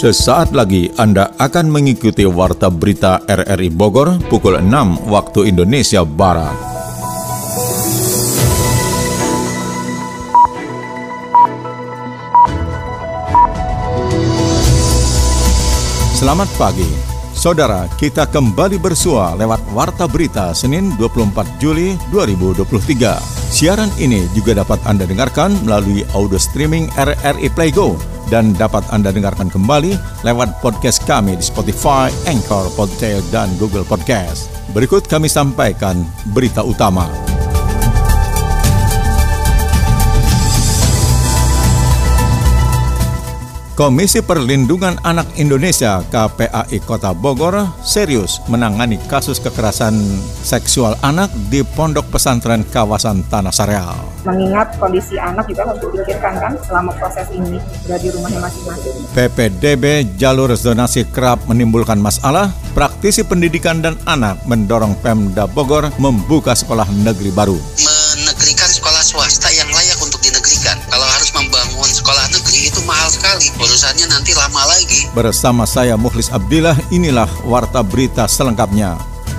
Sesaat lagi Anda akan mengikuti Warta Berita RRI Bogor pukul 6 waktu Indonesia Barat. Selamat pagi. Saudara, kita kembali bersua lewat Warta Berita Senin 24 Juli 2023. Siaran ini juga dapat Anda dengarkan melalui audio streaming RRI Play Go dan dapat Anda dengarkan kembali lewat podcast kami di Spotify, Anchor, Podtail, dan Google Podcast. Berikut kami sampaikan berita utama. Komisi Perlindungan Anak Indonesia KPAI Kota Bogor serius menangani kasus kekerasan seksual anak di Pondok Pesantren kawasan Tanah Sareal. Mengingat kondisi anak juga harus dipikirkan kan selama proses ini di rumahnya masing-masing. PPDB jalur zonasi kerap menimbulkan masalah. Praktisi pendidikan dan anak mendorong Pemda Bogor membuka sekolah negeri baru. Menegerikan sekolah swasta yang layak untuk dinegerikan. Kalau harus membangun sekolah negeri itu mahal sekali. Urusannya nanti lama lagi. Bersama saya Mukhlis Abdillah, inilah Warta Berita selengkapnya.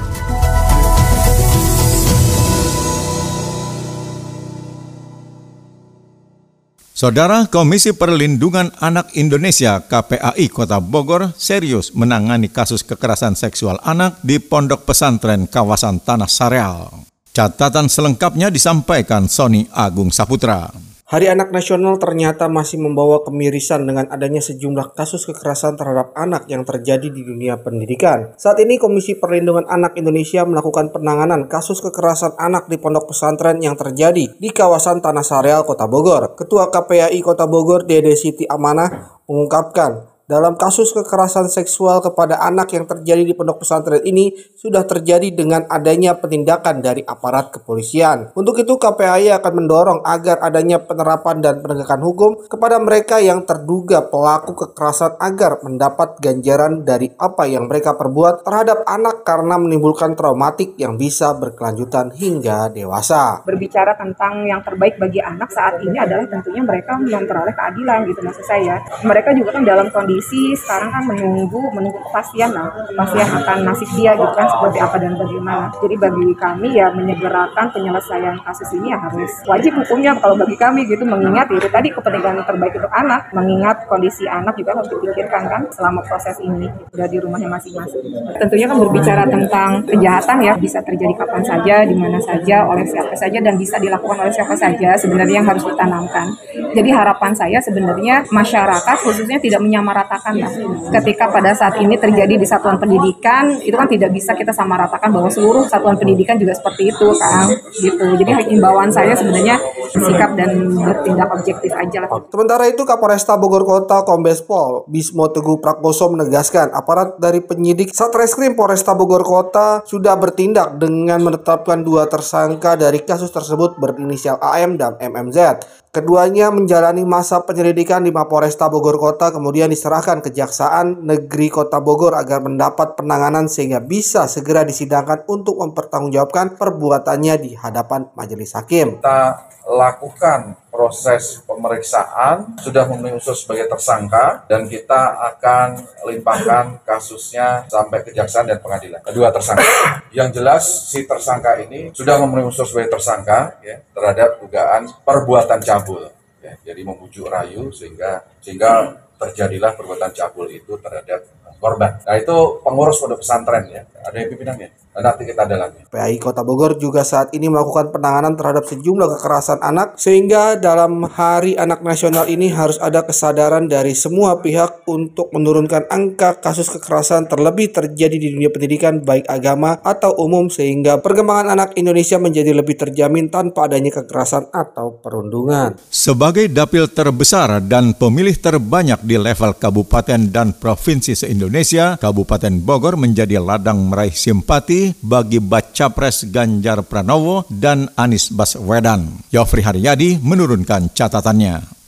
Saudara, Komisi Perlindungan Anak Indonesia KPAI Kota Bogor serius menangani kasus kekerasan seksual anak di Pondok Pesantren kawasan Tanah Sareal. Catatan selengkapnya disampaikan Sony Agung Saputra. Hari Anak Nasional ternyata masih membawa kemirisan dengan adanya sejumlah kasus kekerasan terhadap anak yang terjadi di dunia pendidikan. Saat ini Komisi Perlindungan Anak Indonesia melakukan penanganan kasus kekerasan anak di pondok pesantren yang terjadi di kawasan Tanah Sareal, Kota Bogor. Ketua KPAI Kota Bogor, Dede Siti Amanah, mengungkapkan dalam kasus kekerasan seksual kepada anak yang terjadi di pondok pesantren ini sudah terjadi dengan adanya penindakan dari aparat kepolisian. Untuk itu KPAI akan mendorong agar adanya penerapan dan penegakan hukum kepada mereka yang terduga pelaku kekerasan agar mendapat ganjaran dari apa yang mereka perbuat terhadap anak karena menimbulkan traumatik yang bisa berkelanjutan hingga dewasa. Berbicara tentang yang terbaik bagi anak saat ini adalah tentunya mereka memperoleh keadilan gitu maksud saya. Mereka juga kan dalam kondisi sekarang kan menunggu kepastian akan nasib dia gitu kan seperti apa dan bagaimana. Jadi bagi kami ya menyegerakan penyelesaian kasus ini ya harus wajib hukumnya kalau bagi kami gitu, mengingat itu tadi kepentingan terbaik untuk anak, mengingat kondisi anak juga harus dipikirkan kan selama proses ini udah di rumahnya masing-masing. Tentunya kan berbicara tentang kejahatan ya bisa terjadi kapan saja, di mana saja, oleh siapa saja dan bisa dilakukan oleh siapa saja sebenarnya yang harus ditanamkan. Jadi harapan saya sebenarnya masyarakat khususnya tidak menyamaratakan lah. Ketika pada saat ini terjadi di satuan pendidikan, itu kan tidak bisa kita samaratakan bahwa seluruh satuan pendidikan juga seperti itu, Kang. Gitu. Jadi himbauan saya sebenarnya sikap dan bertindak objektif aja lah. Sementara itu Kapolresta Bogor Kota Kombes Pol Bismo Teguh Prakoso menegaskan aparat dari penyidik Satreskrim Polresta Bogor Kota sudah bertindak dengan menetapkan 2 tersangka dari kasus tersebut berinisial AM dan MMZ. Keduanya menjalani masa penyelidikan di Mapolresta Bogor Kota kemudian diserahkan Kejaksaan Negeri Kota Bogor agar mendapat penanganan sehingga bisa segera disidangkan untuk mempertanggungjawabkan perbuatannya di hadapan majelis hakim. Kita lakukan proses pemeriksaan, sudah memenuhi unsur sebagai tersangka dan kita akan limpahkan kasusnya sampai Kejaksaan dan Pengadilan. Kedua tersangka. Yang jelas si tersangka ini sudah memenuhi unsur sebagai tersangka ya, terhadap dugaan perbuatan cabul. Ya, jadi membujuk rayu sehingga terjadilah perbuatan cabul itu terhadap korban. Nah itu pengurus pondok pesantren ya, ada yang pimpinannya. Nanti kita dalami. KPAI Kota Bogor juga saat ini melakukan penanganan terhadap sejumlah kekerasan anak sehingga dalam Hari Anak Nasional ini harus ada kesadaran dari semua pihak untuk menurunkan angka kasus kekerasan terlebih terjadi di dunia pendidikan baik agama atau umum sehingga perkembangan anak Indonesia menjadi lebih terjamin tanpa adanya kekerasan atau perundungan. Sebagai dapil terbesar dan pemilih terbanyak di level kabupaten dan provinsi se-Indonesia, Kabupaten Bogor menjadi ladang meraih simpati bagi Baca Pres Ganjar Pranowo dan Anies Baswedan. Yofri Haryadi menurunkan catatannya.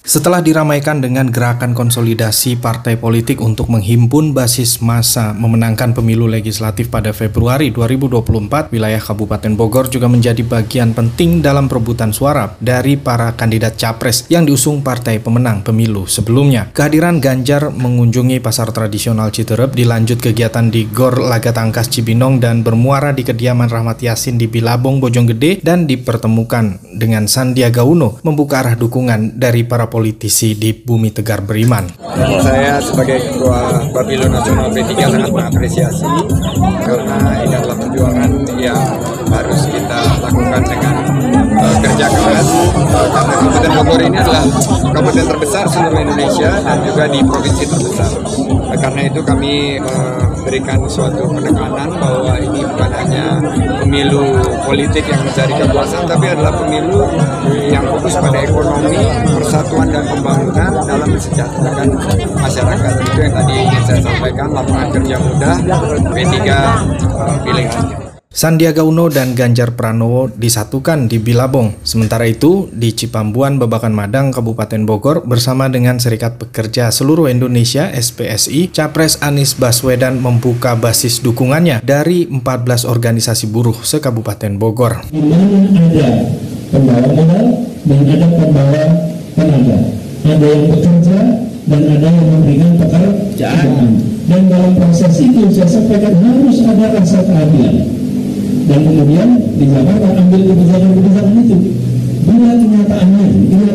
Setelah diramaikan dengan gerakan konsolidasi partai politik untuk menghimpun basis massa memenangkan pemilu legislatif pada Februari 2024, wilayah Kabupaten Bogor juga menjadi bagian penting dalam perebutan suara dari para kandidat capres yang diusung partai pemenang pemilu sebelumnya. Kehadiran Ganjar mengunjungi pasar tradisional Citerep, dilanjut kegiatan di Gor Laga Tangkas Cibinong dan bermuara di kediaman Rahmat Yassin di Bilabong, Bojonggede, dan dipertemukan dengan Sandiaga Uno, membuka arah dukungan dari para politisi di Bumi Tegar Beriman. Saya sebagai Ketua Bapilu Nasional P3 sangat mengapresiasi karena ini adalah perjuangan yang harus kita lakukan dengan kerja keras, karena Kabupaten Bogor ini adalah kabupaten terbesar seluruh Indonesia dan juga di provinsi terbesar. Karena itu kami berikan suatu penekanan bahwa ini bukan hanya pemilu politik yang mencari kekuasaan, tapi adalah pemilu yang fokus pada ekonomi, persatuan dan pembangunan dalam mensejahterakan masyarakat. Itu yang tadi ingin saya sampaikan, lapangan kerja mudah, P3 pilihannya. Sandiaga Uno dan Ganjar Pranowo disatukan di Bilabong. Sementara itu, di Cipambuan, Babakan Madang, Kabupaten Bogor, bersama dengan Serikat Pekerja Seluruh Indonesia (SPSI), Capres Anies Baswedan membuka basis dukungannya dari 14 organisasi buruh se-Kabupaten Bogor. Di mana ada pembawa modal dan ada pembawa tenaga, ada yang bekerja dan ada yang memberikan pekerjaan. Dan dalam proses itu saya sampaikan harus ada rasa keadilan. Dan kemudian di Jakarta ambil kebijakan-kebijakan itu. Bila kenyataannya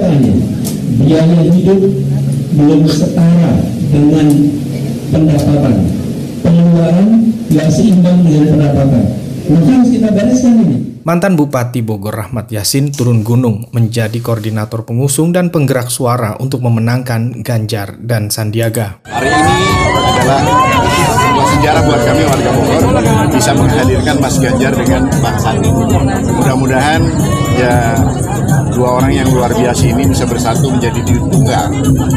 biaya hidup belum setara dengan pendapatan, pengeluaran tidak seimbang dengan pendapatan, maka harus kita bereskan ini. Mantan Bupati Bogor Rahmat Yassin turun gunung menjadi koordinator pengusung dan penggerak suara untuk memenangkan Ganjar dan Sandiaga. Hari ini adalah sebuah sejarah buat kami warga Bogor bisa menghadirkan Mas Ganjar dengan Bang Sandi. Mudah-mudahan ya dua orang yang luar biasa ini bisa bersatu menjadi diri tunggal.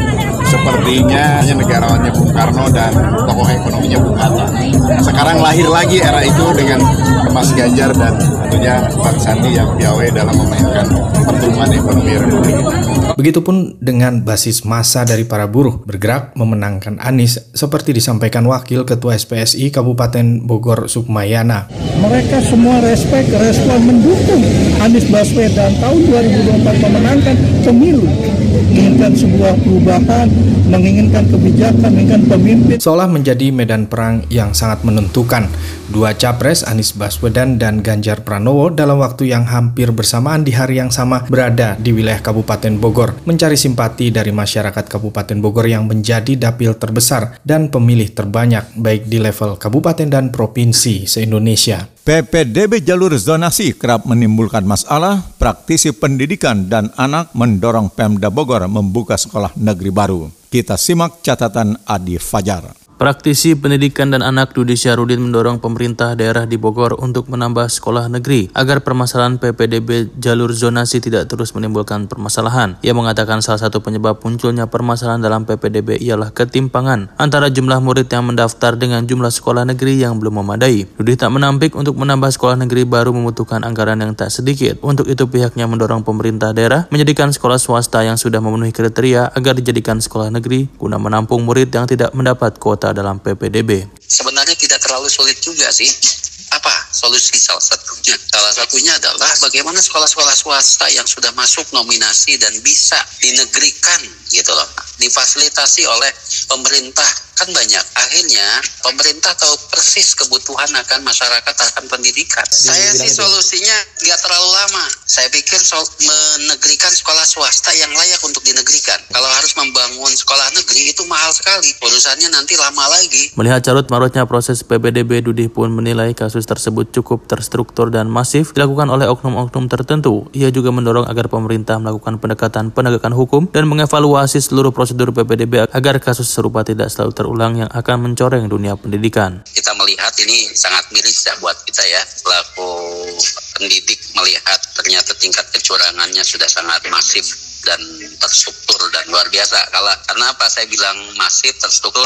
Sepertinya negarawannya Bung Karno dan tokoh ekonominya Bung Hatta. Sekarang lahir lagi era itu dengan Mas Ganjar dan tentunya Bang Sandi yang piawai dalam memainkan pertumbuhan ekonomi Republik. Begitupun dengan basis massa dari para buruh bergerak memenangkan Anies seperti disampaikan Wakil Ketua SPSI Kabupaten Bogor Sukmayana. Mereka semua respon mendukung Anies Baswedan tahun 2024 memenangkan pemilu, menginginkan sebuah perubahan, menginginkan kebijakan, menginginkan pemimpin. Seolah menjadi medan perang yang sangat menentukan. Dua capres Anies Baswedan dan Ganjar Pranowo dalam waktu yang hampir bersamaan di hari yang sama berada di wilayah Kabupaten Bogor, mencari simpati dari masyarakat Kabupaten Bogor yang menjadi dapil terbesar dan pemilih terbanyak baik di level kabupaten dan provinsi se-Indonesia. PPDB jalur zonasi kerap menimbulkan masalah. Praktisi pendidikan dan anak mendorong Pemda Bogor membuka sekolah negeri baru. Kita simak catatan Adi Fajar. Praktisi pendidikan dan anak Dudi Syarudin mendorong pemerintah daerah di Bogor untuk menambah sekolah negeri agar permasalahan PPDB jalur zonasi tidak terus menimbulkan permasalahan. Ia mengatakan salah satu penyebab munculnya permasalahan dalam PPDB ialah ketimpangan antara jumlah murid yang mendaftar dengan jumlah sekolah negeri yang belum memadai. Dudi tak menampik untuk menambah sekolah negeri baru membutuhkan anggaran yang tak sedikit. Untuk itu pihaknya mendorong pemerintah daerah menjadikan sekolah swasta yang sudah memenuhi kriteria agar dijadikan sekolah negeri guna menampung murid yang tidak mendapat kuota dalam PPDB. Sebenarnya tidak terlalu sulit juga sih. Apa solusi salah satunya? Salah satunya adalah bagaimana sekolah-sekolah swasta yang sudah masuk nominasi dan bisa dinegrikan gitu loh, difasilitasi oleh pemerintah. Kan banyak. Akhirnya pemerintah tahu persis kebutuhan akan masyarakat akan pendidikan. Saya sih solusinya nggak terlalu lama. Saya pikir menegrikan sekolah swasta yang layak untuk dinegrikan. Kalau harus membangun sekolah negeri itu mahal sekali. Urusannya nanti lama lagi. Melihat carut-marutnya proses PPDB, Dudi pun menilai kasus tersebut cukup terstruktur dan masif dilakukan oleh oknum-oknum tertentu. Ia juga mendorong agar pemerintah melakukan pendekatan penegakan hukum dan mengevaluasi seluruh prosedur PPDB agar kasus serupa tidak selalu terulang yang akan mencoreng dunia pendidikan. Kita melihat ini sangat miris ya buat kita ya, pelaku pendidik melihat ternyata tingkat kecurangannya sudah sangat masif dan terstruktur dan luar biasa. Karena apa saya bilang masif, terstruktur,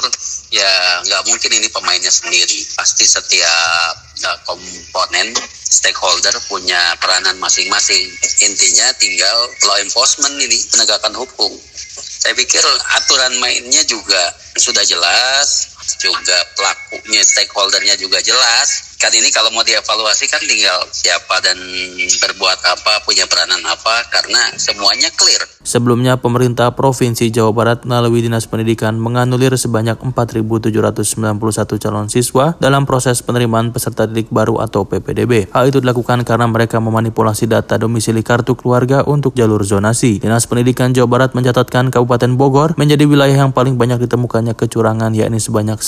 ya nggak mungkin ini pemainnya sendiri. Pasti setiap komponen stakeholder punya peranan masing-masing. Intinya tinggal law enforcement ini, penegakan hukum. Saya pikir aturan mainnya juga sudah jelas, juga pelakunya, stakeholdernya juga jelas. Kan ini kalau mau dievaluasi kan tinggal siapa dan berbuat apa, punya peranan apa, karena semuanya clear. Sebelumnya, pemerintah Provinsi Jawa Barat melalui Dinas Pendidikan menganulir sebanyak 4.791 calon siswa dalam proses penerimaan peserta didik baru atau PPDB. Hal itu dilakukan karena mereka memanipulasi data domisili kartu keluarga untuk jalur zonasi. Dinas Pendidikan Jawa Barat mencatatkan Kabupaten Bogor menjadi wilayah yang paling banyak ditemukannya kecurangan, yakni sebanyak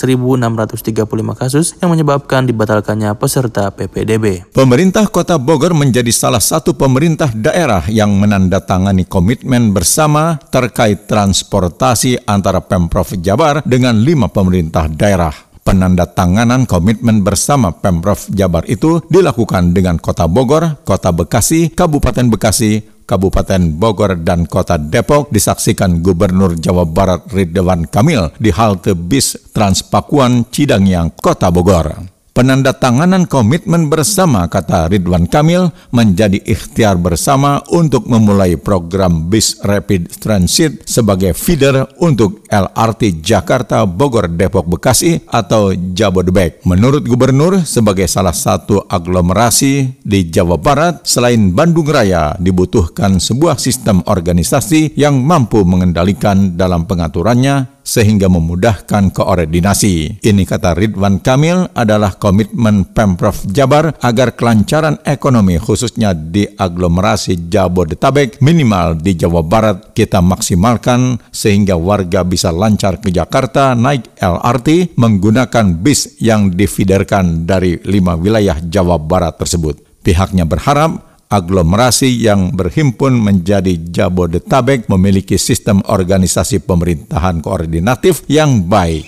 1.635 kasus yang menyebabkan dibatalkannya peserta PPDB. Pemerintah Kota Bogor menjadi salah satu pemerintah daerah yang menandatangani komitmen bersama terkait transportasi antara Pemprov Jabar dengan 5 pemerintah daerah. Penandatanganan komitmen bersama Pemprov Jabar itu dilakukan dengan Kota Bogor, Kota Bekasi, Kabupaten Bekasi, Kabupaten Bogor, dan Kota Depok, disaksikan Gubernur Jawa Barat Ridwan Kamil di halte bis Transpakuan Cidangyang, Kota Bogor. Penandatanganan komitmen bersama, kata Ridwan Kamil, menjadi ikhtiar bersama untuk memulai program bis rapid transit sebagai feeder untuk LRT Jakarta Bogor Depok Bekasi atau Jabodebek. Menurut Gubernur, sebagai salah satu aglomerasi di Jawa Barat, selain Bandung Raya, dibutuhkan sebuah sistem organisasi yang mampu mengendalikan dalam pengaturannya sehingga memudahkan koordinasi. Ini, kata Ridwan Kamil, adalah komitmen Pemprov Jabar agar kelancaran ekonomi khususnya di aglomerasi Jabodetabek minimal di Jawa Barat kita maksimalkan sehingga warga bisa lancar ke Jakarta naik LRT menggunakan bis yang difeederkan dari 5 wilayah Jawa Barat tersebut. Pihaknya berharap aglomerasi yang berhimpun menjadi Jabodetabek memiliki sistem organisasi pemerintahan koordinatif yang baik.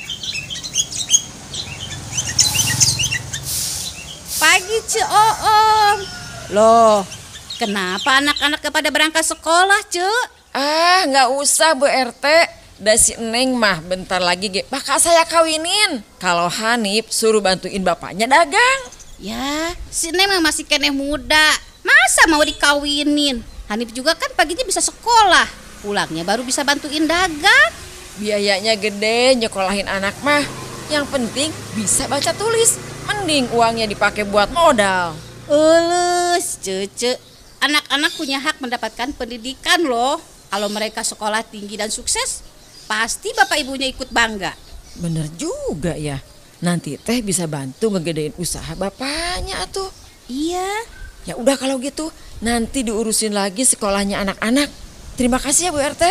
Pagi, Cu Oom. Loh, kenapa anak-anak kepada berangkat sekolah, Cu? Nggak usah, Bu RT. Da si Neng mah bentar lagi bakal saya kawinin. Kalau Hanif suruh bantuin bapaknya dagang. Ya, si Neng mah masih keneh muda. Masa mau dikawinin? Hanif juga kan paginya bisa sekolah, pulangnya baru bisa bantuin dagang. Biayanya gede nyekolahin anak mah. Yang penting bisa baca tulis. Mending uangnya dipakai buat modal. Ulus, Cece. Anak-anak punya hak mendapatkan pendidikan loh. Kalau mereka sekolah tinggi dan sukses, pasti bapak ibunya ikut bangga. Bener juga ya. Nanti teh bisa bantu ngegedein usaha bapaknya atuh. Iya. Ya udah kalau gitu, nanti diurusin lagi sekolahnya anak-anak. Terima kasih ya Bu RT.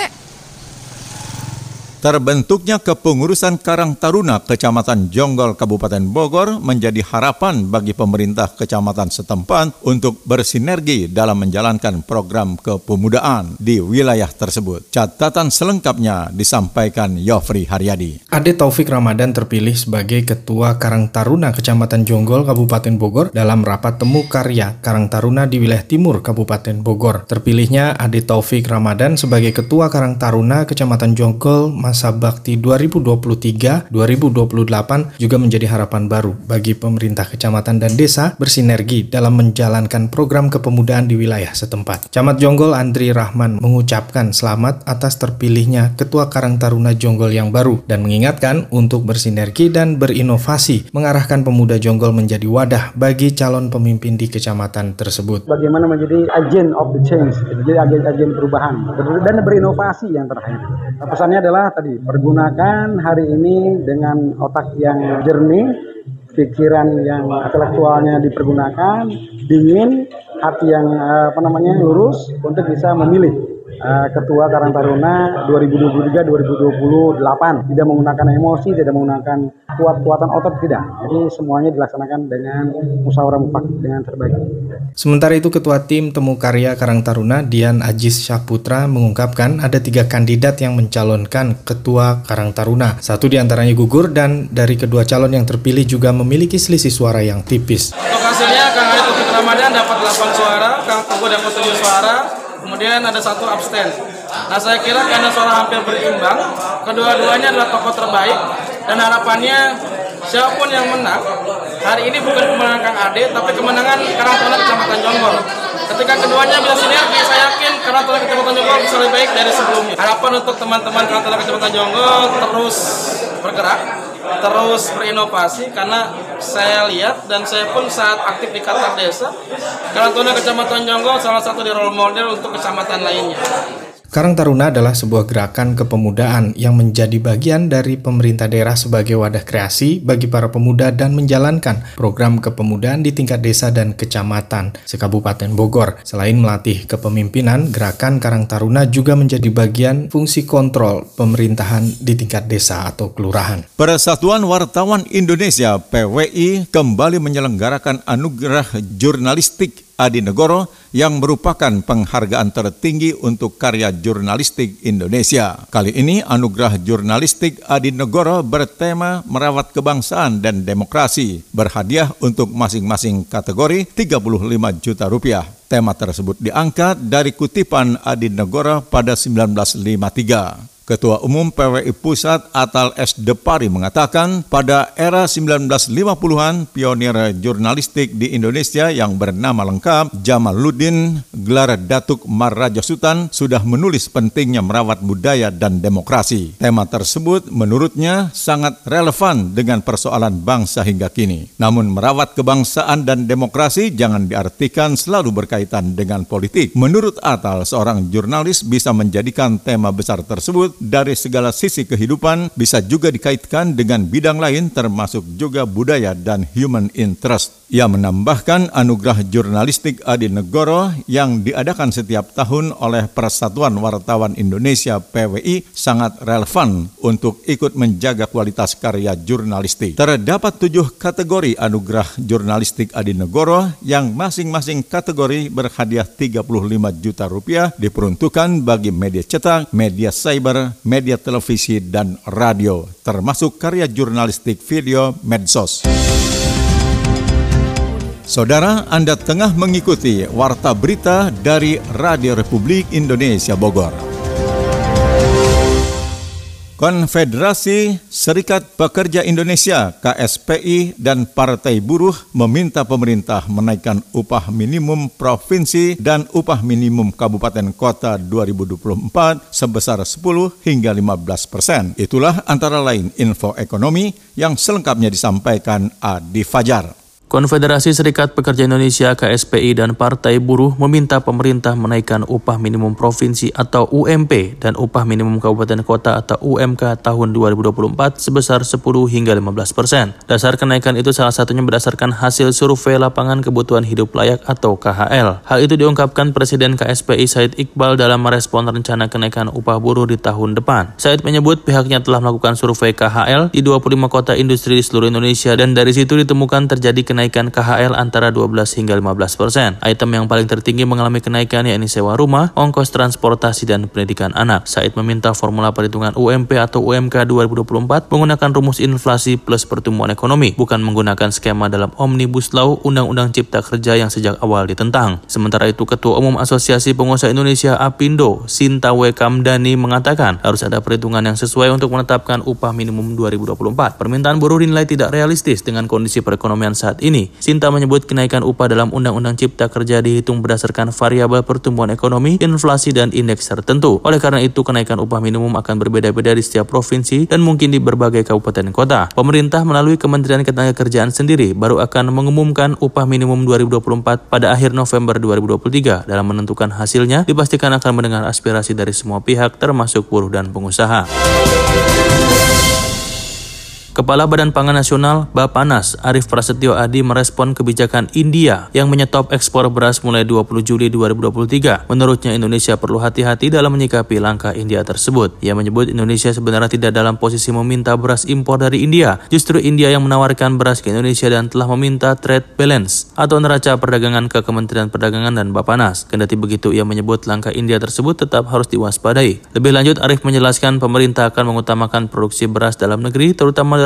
Terbentuknya kepengurusan Karang Taruna Kecamatan Jonggol Kabupaten Bogor menjadi harapan bagi pemerintah kecamatan setempat untuk bersinergi dalam menjalankan program kepemudaan di wilayah tersebut. Catatan selengkapnya disampaikan Yofri Haryadi. Ade Taufik Ramadan terpilih sebagai Ketua Karang Taruna Kecamatan Jonggol Kabupaten Bogor dalam rapat temu karya Karang Taruna di wilayah timur Kabupaten Bogor. Terpilihnya Ade Taufik Ramadan sebagai Ketua Karang Taruna Kecamatan Jonggol masa bakti 2023-2028 juga menjadi harapan baru bagi pemerintah kecamatan dan desa bersinergi dalam menjalankan program kepemudaan di wilayah setempat. Camat Jonggol Andri Rahman mengucapkan selamat atas terpilihnya Ketua Karang Taruna Jonggol yang baru dan mengingatkan untuk bersinergi dan berinovasi mengarahkan pemuda Jonggol menjadi wadah bagi calon pemimpin di kecamatan tersebut. Bagaimana menjadi agent of the change, jadi agen perubahan dan berinovasi yang terakhir. Pesannya adalah tadi, pergunakan hari ini dengan otak yang jernih, pikiran yang intelektualnya dipergunakan, dingin, hati yang lurus untuk bisa memilih Ketua Karang Taruna 2023-2028. Tidak menggunakan emosi, tidak menggunakan kuat-kuatan otot, tidak. Jadi semuanya dilaksanakan dengan musyawarah mufakat, dengan terbaik. Sementara itu Ketua Tim Temu Karya Karang Taruna Dian Ajis Syahputra mengungkapkan ada 3 kandidat yang mencalonkan Ketua Karang Taruna. 1 diantaranya gugur dan dari kedua calon yang terpilih juga memiliki selisih suara yang tipis. Untuk hasilnya Kang Ade Taufik Ramadan dapat 8 suara, Kang Teguh dapat 7 suara, kemudian ada 1 abstain. Nah, saya kira karena suara hampir berimbang, kedua-duanya adalah tokoh terbaik dan harapannya siapapun yang menang hari ini bukan kemenangan Kang Ade, tapi kemenangan Karang Taruna Kecamatan Jonggol. Ketika keduanya bisa sinergi, saya yakin Karang Taruna Kecamatan Jonggol bisa lebih baik dari sebelumnya. Harapan untuk teman-teman Karang Taruna Kecamatan Jonggol terus bergerak, terus berinovasi, karena saya lihat dan saya pun saat aktif di Kantor Desa, Karang Taruna Kecamatan Jonggol salah satu di role model untuk kecamatan lainnya. Karang Taruna adalah sebuah gerakan kepemudaan yang menjadi bagian dari pemerintah daerah sebagai wadah kreasi bagi para pemuda dan menjalankan program kepemudaan di tingkat desa dan kecamatan se-Kabupaten Bogor. Selain melatih kepemimpinan, gerakan Karang Taruna juga menjadi bagian fungsi kontrol pemerintahan di tingkat desa atau kelurahan. Persatuan Wartawan Indonesia (PWI) kembali menyelenggarakan Anugerah Jurnalistik Adi Negoro yang merupakan penghargaan tertinggi untuk karya jurnalistik Indonesia. Kali ini Anugerah Jurnalistik Adi Negoro bertema merawat kebangsaan dan demokrasi, berhadiah untuk masing-masing kategori Rp35 juta. Tema tersebut diangkat dari kutipan Adi Negoro pada 1953. Ketua Umum PWI Pusat Atal S. Depari mengatakan pada era 1950-an pionir jurnalistik di Indonesia yang bernama lengkap Jamaluddin gelar Datuk Mar Raja Sultan sudah menulis pentingnya merawat budaya dan demokrasi. Tema tersebut menurutnya sangat relevan dengan persoalan bangsa hingga kini. Namun merawat kebangsaan dan demokrasi jangan diartikan selalu berkaitan dengan politik. Menurut Atal, seorang jurnalis bisa menjadikan tema besar tersebut dari segala sisi kehidupan, bisa juga dikaitkan dengan bidang lain termasuk juga budaya dan human interest. Ia menambahkan Anugerah Jurnalistik Adi Negoro yang diadakan setiap tahun oleh Persatuan Wartawan Indonesia (PWI) sangat relevan untuk ikut menjaga kualitas karya jurnalistik. Terdapat 7 kategori Anugerah Jurnalistik Adi Negoro yang masing-masing kategori berhadiah Rp35 juta diperuntukkan bagi media cetak, media cyber, media televisi dan radio, termasuk karya jurnalistik video medsos. Saudara, Anda tengah mengikuti Warta Berita dari Radio Republik Indonesia Bogor. Konfederasi Serikat Pekerja Indonesia (KSPI) dan Partai Buruh meminta pemerintah menaikkan upah minimum provinsi dan upah minimum kabupaten kota 2024 sebesar 10 hingga 15%. Itulah antara lain info ekonomi yang selengkapnya disampaikan Adi Fajar. Konfederasi Serikat Pekerja Indonesia (KSPI) dan Partai Buruh meminta pemerintah menaikkan upah minimum provinsi atau UMP dan upah minimum kabupaten kota atau UMK tahun 2024 sebesar 10 hingga 15%. Dasar kenaikan itu salah satunya berdasarkan hasil survei lapangan kebutuhan hidup layak atau KHL. Hal itu diungkapkan Presiden KSPI Said Iqbal dalam merespon rencana kenaikan upah buruh di tahun depan. Said menyebut pihaknya telah melakukan survei KHL di 25 kota industri di seluruh Indonesia dan dari situ ditemukan terjadi kenaikan KHL antara 12 hingga 15%. Item yang paling tertinggi mengalami kenaikan yakni sewa rumah, ongkos transportasi, dan pendidikan anak. Said meminta formula perhitungan UMP atau UMK 2024 menggunakan rumus inflasi plus pertumbuhan ekonomi, bukan menggunakan skema dalam Omnibus Law Undang-Undang Cipta Kerja yang sejak awal ditentang. Sementara itu, Ketua Umum Asosiasi Pengusaha Indonesia APindo, Sinta W. Kamdani mengatakan harus ada perhitungan yang sesuai untuk menetapkan upah minimum 2024. Permintaan buruh dinilai tidak realistis dengan kondisi perekonomian saat ini. Sinta menyebut kenaikan upah dalam Undang-Undang Cipta Kerja dihitung berdasarkan variabel pertumbuhan ekonomi, inflasi, dan indeks tertentu. Oleh karena itu, kenaikan upah minimum akan berbeda-beda di setiap provinsi dan mungkin di berbagai kabupaten kota. Pemerintah melalui Kementerian Ketenagakerjaan sendiri baru akan mengumumkan upah minimum 2024 pada akhir November 2023. Dalam menentukan hasilnya, dipastikan akan mendengar aspirasi dari semua pihak termasuk buruh dan pengusaha. Kepala Badan Pangan Nasional Bappenas Arief Prasetyo Adi merespon kebijakan India yang menyetop ekspor beras mulai 20 Juli 2023. Menurutnya Indonesia perlu hati-hati dalam menyikapi langkah India tersebut. Ia menyebut Indonesia sebenarnya tidak dalam posisi meminta beras impor dari India. Justru India yang menawarkan beras ke Indonesia dan telah meminta trade balance atau neraca perdagangan ke Kementerian Perdagangan dan Bappenas. Kendati begitu, ia menyebut langkah India tersebut tetap harus diwaspadai. Lebih lanjut, Arief menjelaskan pemerintah akan mengutamakan produksi beras dalam negeri, terutama dalam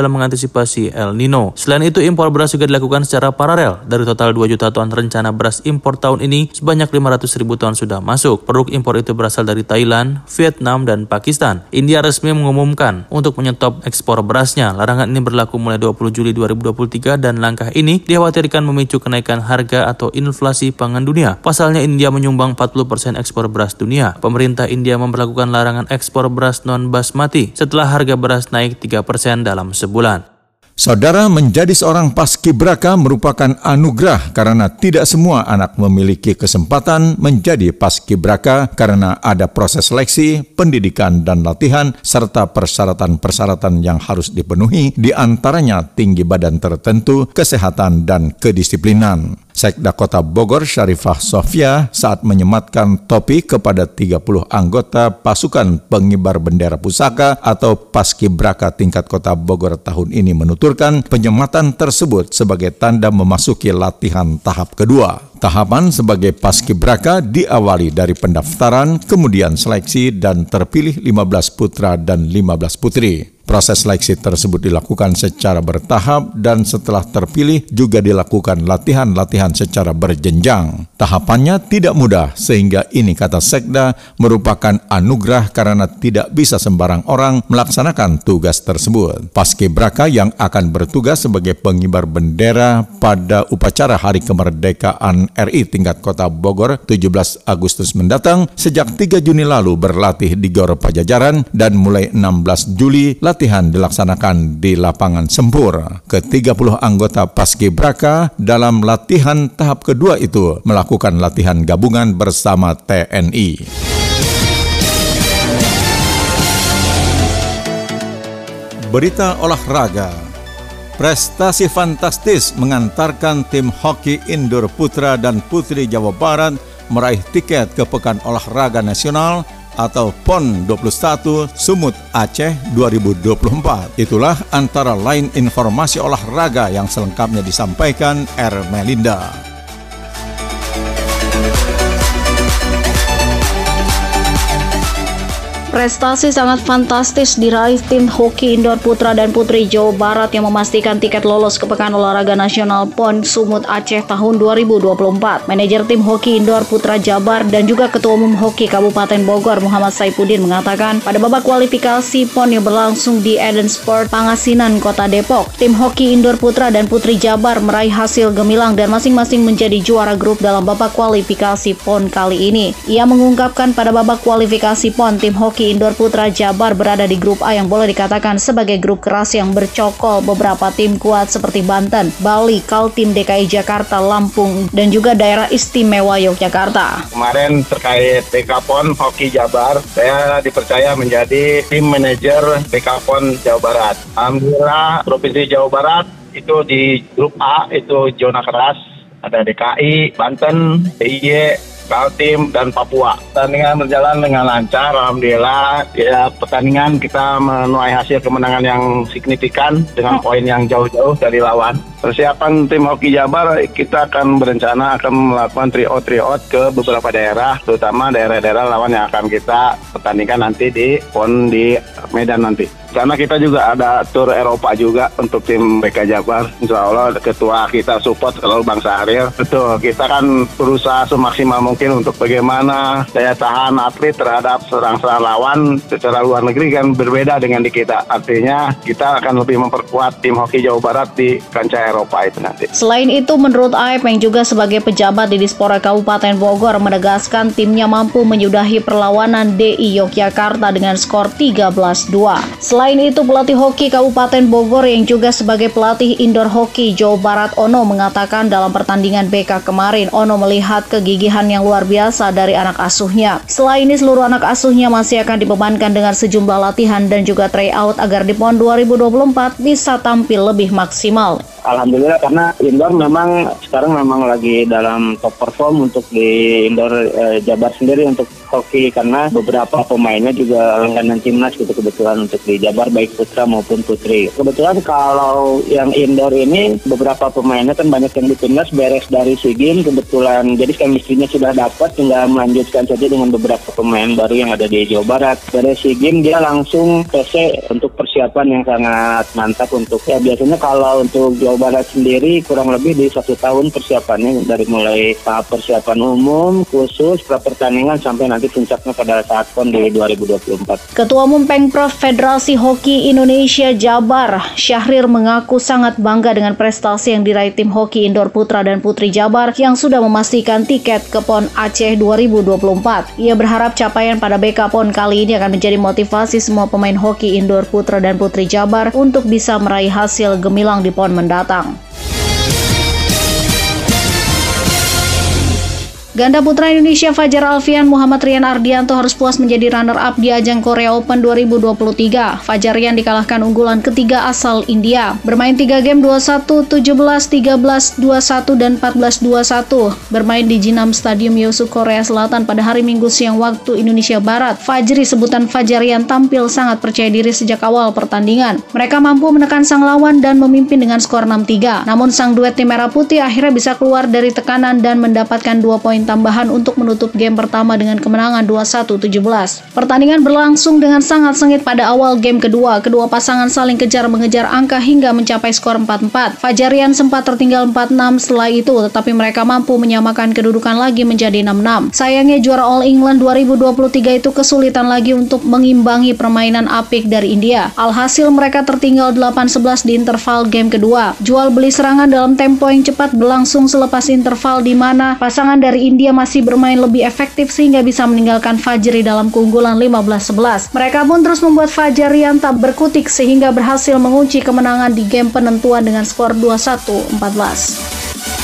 dalam mengantisipasi El Nino. Selain itu, impor beras juga dilakukan secara paralel. Dari total 2 juta ton rencana beras impor tahun ini, sebanyak 500.000 ton sudah masuk. Produk impor itu berasal dari Thailand, Vietnam, dan Pakistan. India resmi mengumumkan untuk menyetop ekspor berasnya. Larangan ini berlaku mulai 20 Juli 2023 dan langkah ini dikhawatirkan memicu kenaikan harga atau inflasi pangan dunia. Pasalnya, India menyumbang 40% ekspor beras dunia. Pemerintah India memperlakukan larangan ekspor beras non-basmati setelah harga beras naik 3% dalam sebulan. Saudara, menjadi seorang paskibraka merupakan anugerah karena tidak semua anak memiliki kesempatan menjadi paskibraka karena ada proses seleksi, pendidikan, dan latihan, serta persyaratan-persyaratan yang harus dipenuhi, di antaranya tinggi badan tertentu, kesehatan, dan kedisiplinan. Sekda Kota Bogor Syarifah Sofia saat menyematkan topi kepada 30 anggota pasukan pengibar bendera pusaka atau paskibraka tingkat Kota Bogor tahun ini menuturkan penyematan tersebut sebagai tanda memasuki latihan tahap kedua. Tahapan sebagai paskibraka diawali dari pendaftaran, kemudian seleksi dan terpilih 15 putra dan 15 putri. Proses seleksi tersebut dilakukan secara bertahap dan setelah terpilih juga dilakukan latihan-latihan secara berjenjang. Tahapannya tidak mudah sehingga ini, kata Sekda, merupakan anugerah karena tidak bisa sembarang orang melaksanakan tugas tersebut. Paskibraka yang akan bertugas sebagai pengibar bendera pada upacara Hari Kemerdekaan RI tingkat Kota Bogor 17 Agustus mendatang sejak 3 Juni lalu berlatih di Gor Pajajaran dan mulai 16 Juli latihan dilaksanakan di lapangan Sempur. Ke-30 anggota paskibraka dalam latihan tahap kedua itu melakukan latihan gabungan bersama TNI. Berita olahraga. Prestasi fantastis mengantarkan tim hoki indoor putra dan putri Jawa Barat meraih tiket ke Pekan Olahraga Nasional atau PON 21 Sumut Aceh 2024. Itulah antara lain informasi olahraga yang selengkapnya disampaikan Ermelinda. Prestasi sangat fantastis diraih tim hoki indoor putra dan putri Jawa Barat yang memastikan tiket lolos ke Pekan Olahraga Nasional PON Sumut Aceh tahun 2024. Manajer tim hoki indoor putra Jabar dan juga Ketua Umum Hoki Kabupaten Bogor Muhammad Saifuddin mengatakan pada babak kualifikasi PON yang berlangsung di Eden Sport Pangasinan, Kota Depok, tim hoki indoor putra dan putri Jabar meraih hasil gemilang dan masing-masing menjadi juara grup dalam babak kualifikasi PON kali ini. Ia mengungkapkan pada babak kualifikasi PON tim hoki indoor putra Jabar berada di grup A yang boleh dikatakan sebagai grup keras yang bercokol beberapa tim kuat seperti Banten, Bali, Kaltim DKI Jakarta, Lampung, dan juga daerah istimewa Yogyakarta. Kemarin terkait BK PON Hoki Jabar, saya dipercaya menjadi tim manajer BK PON Jawa Barat. Alhamdulillah Provinsi Jawa Barat itu di grup A itu zona keras, ada DKI, Banten, DIY, Kaltim, dan Papua. Pertandingan berjalan dengan lancar, alhamdulillah. Ya, pertandingan kita menuai hasil kemenangan yang signifikan dengan poin yang jauh-jauh dari lawan. Persiapan tim hoki Jabar, kita akan berencana akan melakukan tryout ke beberapa daerah, terutama daerah-daerah lawan yang akan kita pertandingkan nanti di PON di Medan nanti. Karena kita juga ada tur Eropa juga untuk tim BK Jabar. Insya Allah ketua kita support selalu Bang Syahril. Betul, kita kan berusaha semaksimal mungkin untuk bagaimana daya tahan atlet terhadap serang-serang lawan secara luar negeri kan berbeda dengan di kita. Artinya kita akan lebih memperkuat tim hoki Jawa Barat di kancah Eropa itu nanti. Selain itu, menurut Aep yang juga sebagai pejabat di Dispora Kabupaten Bogor menegaskan timnya mampu menyudahi perlawanan DI Yogyakarta dengan skor 13-2. Selain itu, pelatih hoki Kabupaten Bogor yang juga sebagai pelatih indoor hoki Jawa Barat Ono mengatakan dalam pertandingan BK kemarin, Ono melihat kegigihan yang luar biasa dari anak asuhnya. Setelah ini, seluruh anak asuhnya masih akan dibebankan dengan sejumlah latihan dan juga tryout agar di PON 2024 bisa tampil lebih maksimal. Alhamdulillah, karena indoor memang sekarang memang lagi dalam top perform untuk di indoor Jabar sendiri untuk hoki, karena beberapa pemainnya juga langganan timnas gitu kebetulan untuk di Jabar baik putra maupun putri. Kebetulan kalau yang indoor ini beberapa pemainnya kan banyak yang di timnas beres dari SEA Games kebetulan, jadi chemistry-nya sudah dapat, tinggal melanjutkan saja dengan beberapa pemain baru yang ada di Jawa Barat. Dari SEA Games dia langsung PC untuk persiapan persiapan yang sangat mantap untuk ya biasanya kalau untuk Jawa Barat sendiri kurang lebih di 1 tahun persiapannya dari mulai tahap persiapan umum, khusus, pra-pertandingan sampai nanti puncaknya pada saat PON di 2024. Ketua Umum Pengprov Federasi Hoki Indonesia Jabar, Syahrir mengaku sangat bangga dengan prestasi yang diraih tim hoki indoor putra dan putri Jabar yang sudah memastikan tiket ke PON Aceh 2024. Ia berharap capaian pada BK PON kali ini akan menjadi motivasi semua pemain hoki indoor putra dan putri Jabar untuk bisa meraih hasil gemilang di PON mendatang. Ganda putra Indonesia Fajar Alfian Muhammad Rian Ardianto harus puas menjadi runner-up di ajang Korea Open 2023. Fajar Rian dikalahkan unggulan ketiga asal India. Bermain 3 game 21, 17, 13, 21, dan 14-21. Bermain di Jinam Stadium Yeosu, Korea Selatan pada hari Minggu siang waktu Indonesia Barat. Fajri sebutan Fajar Rian tampil sangat percaya diri sejak awal pertandingan. Mereka mampu menekan sang lawan dan memimpin dengan skor 6-3. Namun sang duet tim merah putih akhirnya bisa keluar dari tekanan dan mendapatkan 2 poin tambahan untuk menutup game pertama dengan kemenangan 21-17. Pertandingan berlangsung dengan sangat sengit pada awal game kedua. Kedua pasangan saling kejar-mengejar angka hingga mencapai skor 4-4. Fajar Rian sempat tertinggal 4-6 setelah itu, tetapi mereka mampu menyamakan kedudukan lagi menjadi 6-6. Sayangnya juara All England 2023 itu kesulitan lagi untuk mengimbangi permainan apik dari India. Alhasil mereka tertinggal 8-11 di interval game kedua. Jual beli serangan dalam tempo yang cepat berlangsung selepas interval di mana pasangan dari India masih bermain lebih efektif sehingga bisa meninggalkan Fajri dalam keunggulan 15-11. Mereka pun terus membuat Fajar Rian tak berkutik sehingga berhasil mengunci kemenangan di game penentuan dengan skor 21-14.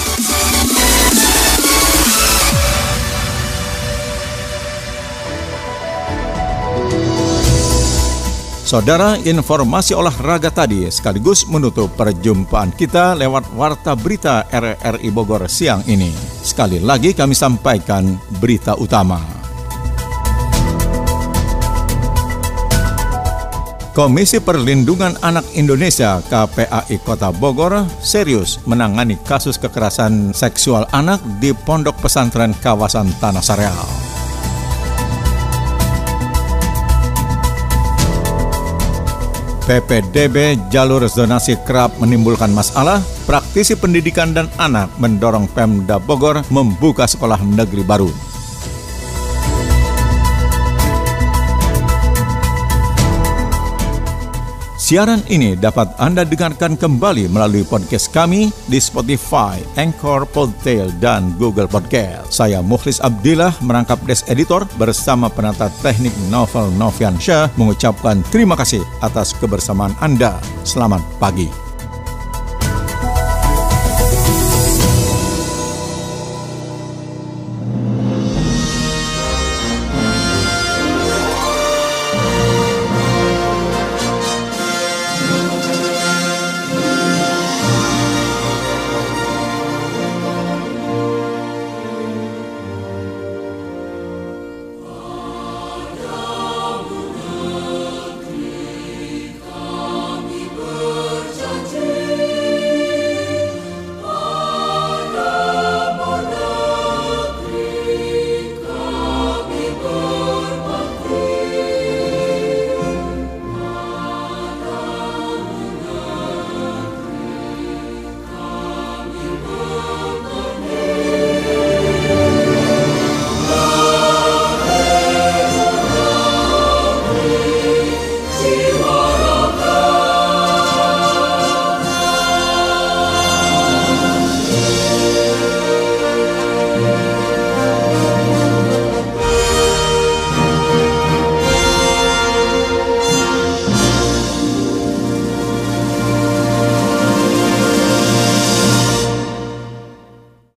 Saudara, informasi olahraga tadi sekaligus menutup perjumpaan kita lewat Warta Berita RRI Bogor siang ini. Sekali lagi kami sampaikan berita utama. Komisi Perlindungan Anak Indonesia KPAI Kota Bogor serius menangani kasus kekerasan seksual anak di pondok pesantren kawasan Tanah Sareal. PPDB jalur zonasi kerap menimbulkan masalah. Praktisi pendidikan dan anak mendorong Pemda Bogor membuka sekolah negeri baru. Siaran ini dapat Anda dengarkan kembali melalui podcast kami di Spotify, Anchor, Podtail, dan Google Podcast. Saya Mukhlis Abdillah merangkap desk editor bersama penata teknik Novel Noviansyah mengucapkan terima kasih atas kebersamaan Anda. Selamat pagi.